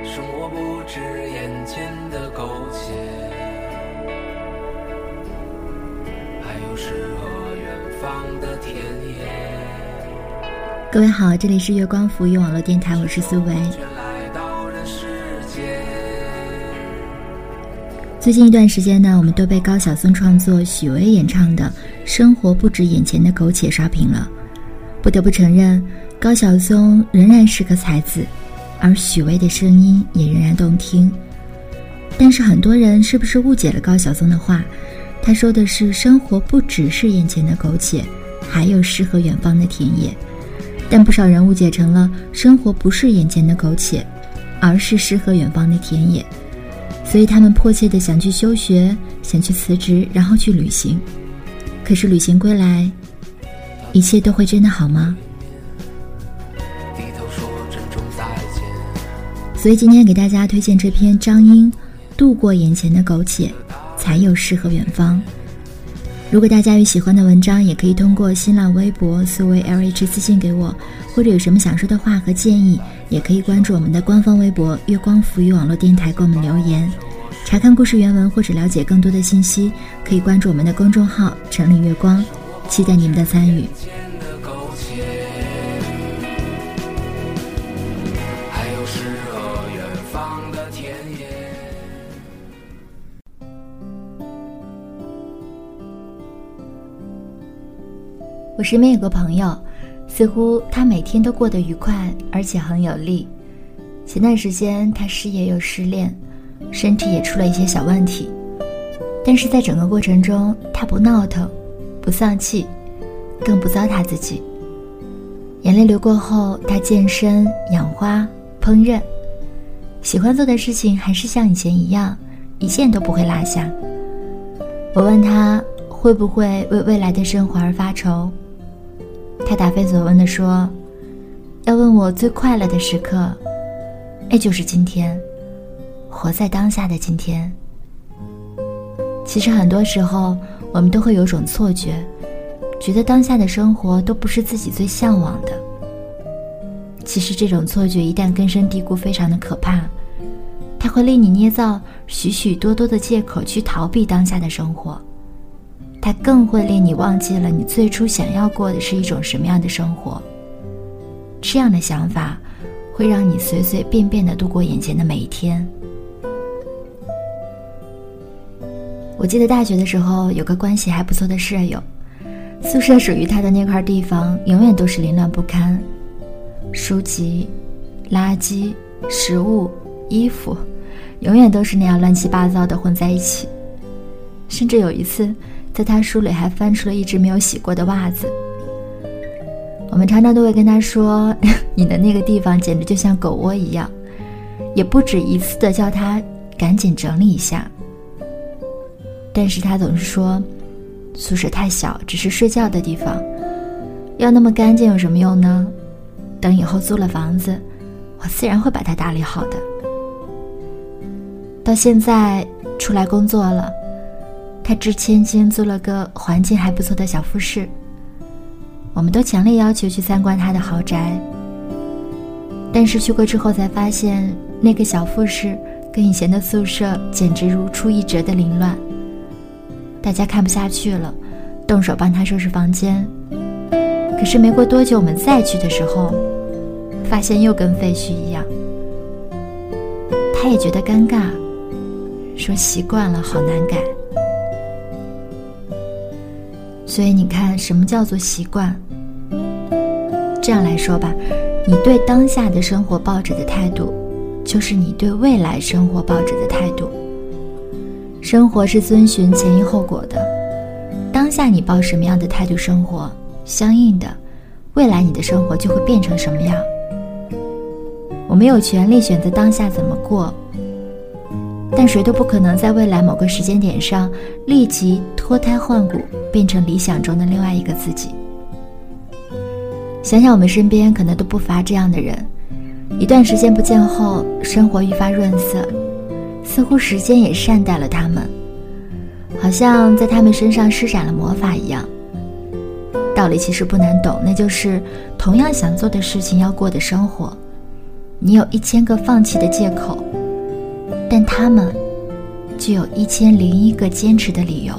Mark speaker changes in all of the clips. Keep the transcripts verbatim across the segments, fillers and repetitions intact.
Speaker 1: 生活不止眼前的苟且，还有诗和远方的田野。
Speaker 2: 各位好，这里是月光浮语网络电台，我是苏维。最近一段时间呢，我们都被高晓松创作、许巍演唱的《生活不止眼前的苟且》刷屏了。不得不承认，高晓松仍然是个才子，而许巍的声音也仍然动听。但是很多人是不是误解了高晓松的话？他说的是生活不只是眼前的苟且，还有诗和远方的田野。但不少人误解成了生活不是眼前的苟且，而是诗和远方的田野。所以他们迫切地想去休学，想去辞职，然后去旅行。可是旅行归来，一切都会真的好吗？所以今天给大家推荐这篇张英《度过眼前的苟且，才有诗和远方》。如果大家有喜欢的文章，也可以通过新浪微博苏维 L H 私信给我，或者有什么想说的话和建议，也可以关注我们的官方微博月光浮语网络电台给我们留言。查看故事原文或者了解更多的信息，可以关注我们的公众号城里月光，期待你们的参与。我身边有个朋友，似乎他每天都过得愉快，而且很有力。前段时间他失业又失恋，身体也出了一些小问题，但是在整个过程中，他不闹腾，不丧气，更不糟蹋自己。眼泪流过后，他健身、养花、烹饪，喜欢做的事情还是像以前一样，一件都不会落下。我问他会不会为未来的生活而发愁，他答非所问地说，要问我最快乐的时刻，那就是今天，活在当下的今天。其实很多时候我们都会有种错觉，觉得当下的生活都不是自己最向往的。其实这种错觉一旦根深蒂固，非常的可怕，它会令你捏造许许多多的借口去逃避当下的生活，它更会令你忘记了你最初想要过的是一种什么样的生活。这样的想法会让你随随便便地度过眼前的每一天。我记得大学的时候有个关系还不错的舍友，宿舍属于他的那块地方永远都是凌乱不堪，书籍、垃圾、食物、衣服永远都是那样乱七八糟的混在一起。甚至有一次在他书里还翻出了一只没有洗过的袜子。我们常常都会跟他说，你的那个地方简直就像狗窝一样，也不止一次的叫他赶紧整理一下。但是他总是说，宿舍太小，只是睡觉的地方，要那么干净有什么用呢？等以后租了房子，我自然会把它打理好的。到现在出来工作了，他值千金租了个环境还不错的小复式，我们都强烈要求去参观他的豪宅。但是去过之后才发现，那个小复式跟以前的宿舍简直如出一辙的凌乱。大家看不下去了，动手帮他收拾房间。可是没过多久我们再去的时候，发现又跟废墟一样。他也觉得尴尬，说习惯了好难改。所以你看，什么叫做习惯？这样来说吧，你对当下的生活抱着的态度，就是你对未来生活抱着的态度。生活是遵循前因后果的，当下你抱什么样的态度生活，相应的，未来你的生活就会变成什么样。我们有权利选择当下怎么过，但谁都不可能在未来某个时间点上立即脱胎换骨，变成理想中的另外一个自己。想想我们身边可能都不乏这样的人，一段时间不见后，生活愈发润色，似乎时间也善待了他们，好像在他们身上施展了魔法一样。道理其实不难懂，那就是同样想做的事情要过的生活， 你有一千个放弃的借口，但他们就有一千零一个坚持的理由。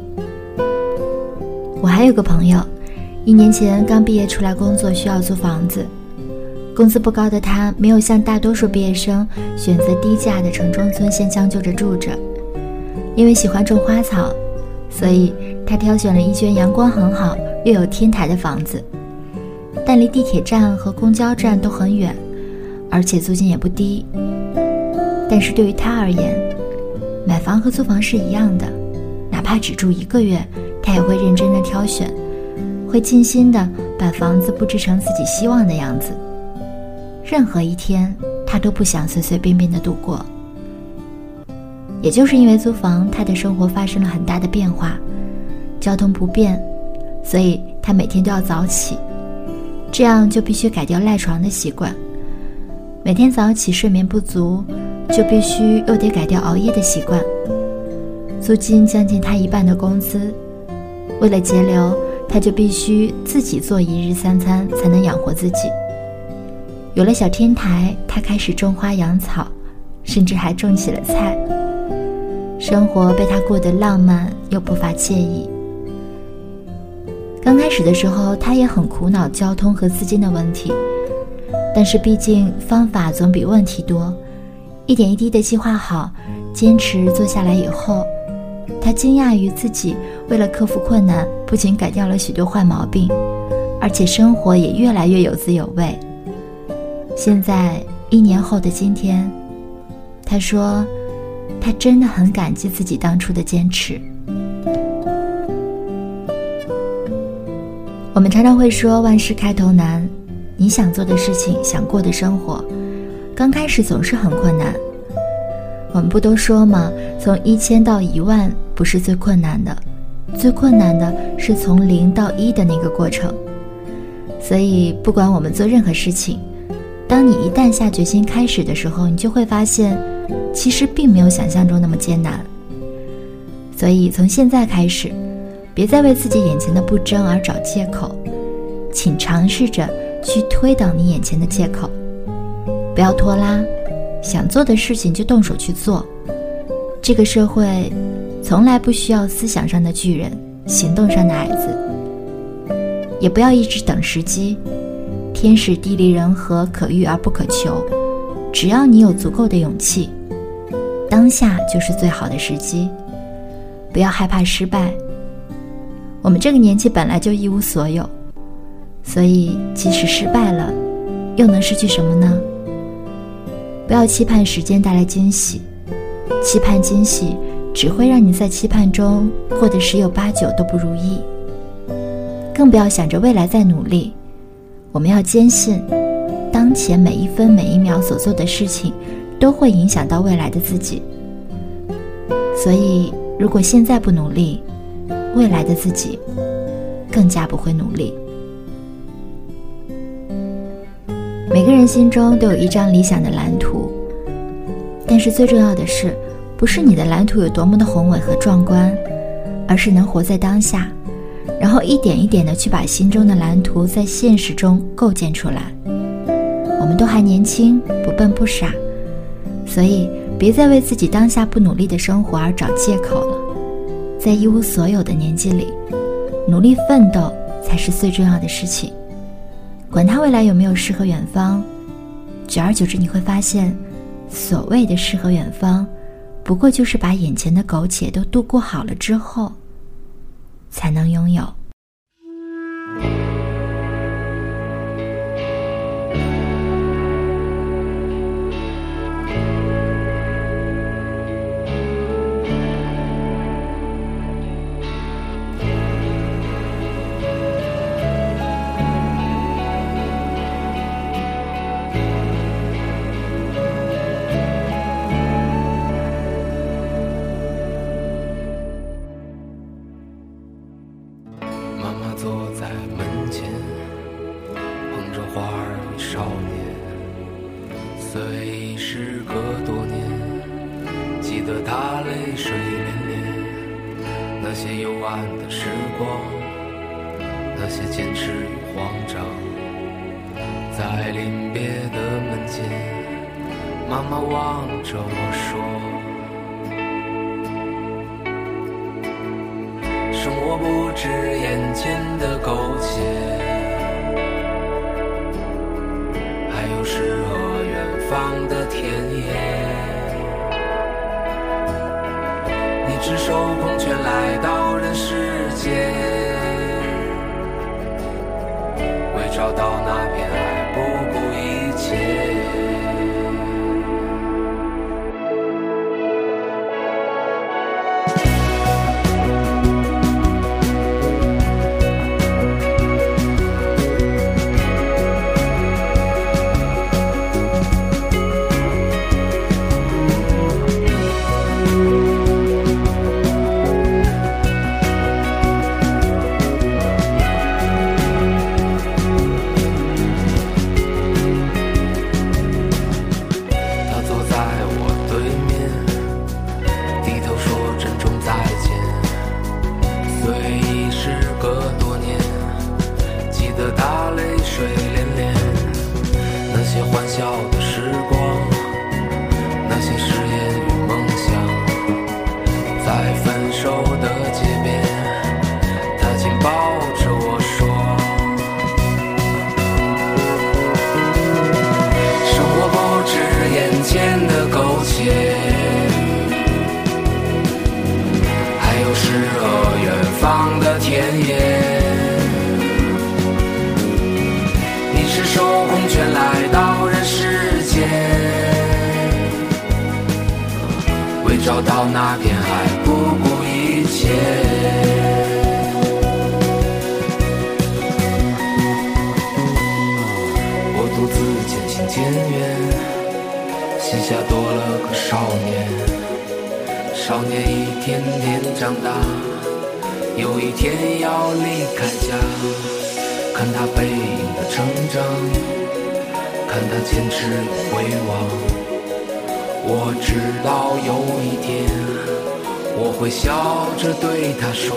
Speaker 2: 我还有个朋友，一年前刚毕业出来工作，需要租房子。工资不高的他，没有像大多数毕业生选择低价的城中村先将就着住着。因为喜欢种花草，所以他挑选了一间阳光很好又有天台的房子，但离地铁站和公交站都很远，而且租金也不低。但是对于他而言，买房和租房是一样的，哪怕只住一个月，他也会认真的挑选，会尽心的把房子布置成自己希望的样子。任何一天他都不想随随便便的度过。也就是因为租房，他的生活发生了很大的变化，交通不便，所以他每天都要早起，这样就必须改掉赖床的习惯。每天早起睡眠不足，就必须又得改掉熬夜的习惯。租金将近他一半的工资，为了节流，他就必须自己做一日三餐才能养活自己。有了小天台，他开始种花养草，甚至还种起了菜。生活被他过得浪漫又不乏惬意。刚开始的时候，他也很苦恼交通和资金的问题，但是毕竟方法总比问题多，一点一滴的计划好，坚持做下来以后，他惊讶于自己为了克服困难，不仅改掉了许多坏毛病，而且生活也越来越有滋有味。现在一年后的今天，他说他真的很感激自己当初的坚持。我们常常会说万事开头难，你想做的事情，想过的生活，刚开始总是很困难。我们不都说吗？从一千到一万不是最困难的，最困难的是从零到一的那个过程。所以不管我们做任何事情，当你一旦下决心开始的时候，你就会发现其实并没有想象中那么艰难。所以从现在开始，别再为自己眼前的不争而找借口，请尝试着去推倒你眼前的借口，不要拖拉，想做的事情就动手去做。这个社会从来不需要思想上的巨人，行动上的矮子，也不要一直等时机，天时地利人和可遇而不可求，只要你有足够的勇气，当下就是最好的时机。不要害怕失败，我们这个年纪本来就一无所有，所以即使失败了，又能失去什么呢？不要期盼时间带来惊喜，期盼惊喜只会让你在期盼中过得十有八九都不如意。更不要想着未来再努力，我们要坚信当前每一分每一秒所做的事情都会影响到未来的自己。所以如果现在不努力，未来的自己更加不会努力。每个人心中都有一张理想的蓝图，但是最重要的是，不是你的蓝图有多么的宏伟和壮观，而是能活在当下，然后一点一点的去把心中的蓝图在现实中构建出来。我们都还年轻，不笨不傻，所以别再为自己当下不努力的生活而找借口了。在一无所有的年纪里，努力奋斗才是最重要的事情。管他未来有没有诗和远方，久而久之你会发现，所谓的诗和远方，不过就是把眼前的苟且都度过好了之后，才能拥有。
Speaker 1: 坐在门前，捧着花儿与少年。虽时隔多年，记得他泪水涟涟。那些幽暗的时光，那些坚持与慌张，在在临别的门前，妈妈望着我说，生活不止眼前的苟且，还有诗和远方的田野。你赤手空拳来到人世间，为找到那片爱不顾一切。找到那片海不顾一切。我独自渐行渐远，膝下多了个少年。少年一天天长大，有一天要离开家，看他背影的成长，看他坚持的回望。我知道有一天我会笑着对他说，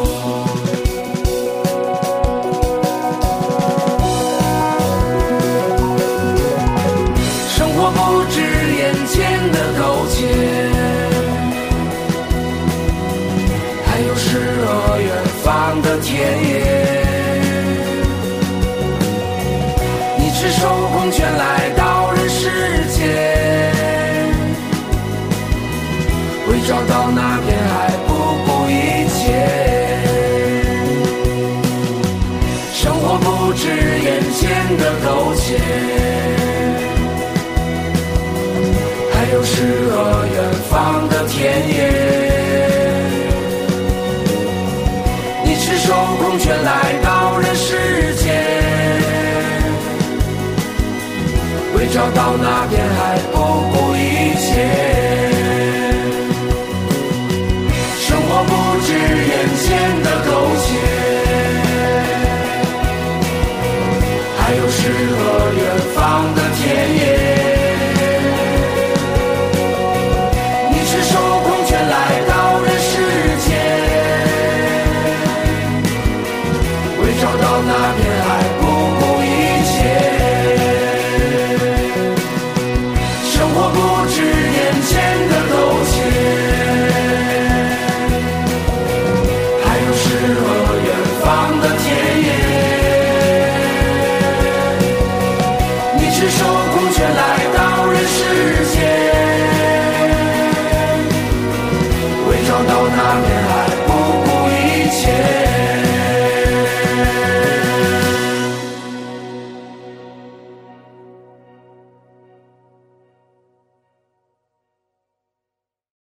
Speaker 1: 生活不止眼前的苟且，还有诗和远方的田野。你赤手空拳来到人世间，为找到那片海不顾一切。生活不止眼前的苟且，还有诗和远方的田野。你赤手空拳来到人世间，为找到那片海不顾一切。我不止眼前的苟且，还有诗和远方的田野。你赤手空拳来到人世间，为找到那片海不顾一切。生活不止眼前的苟且，方的田野。你赤手空拳来到人世间，为找到那片海不顾一切。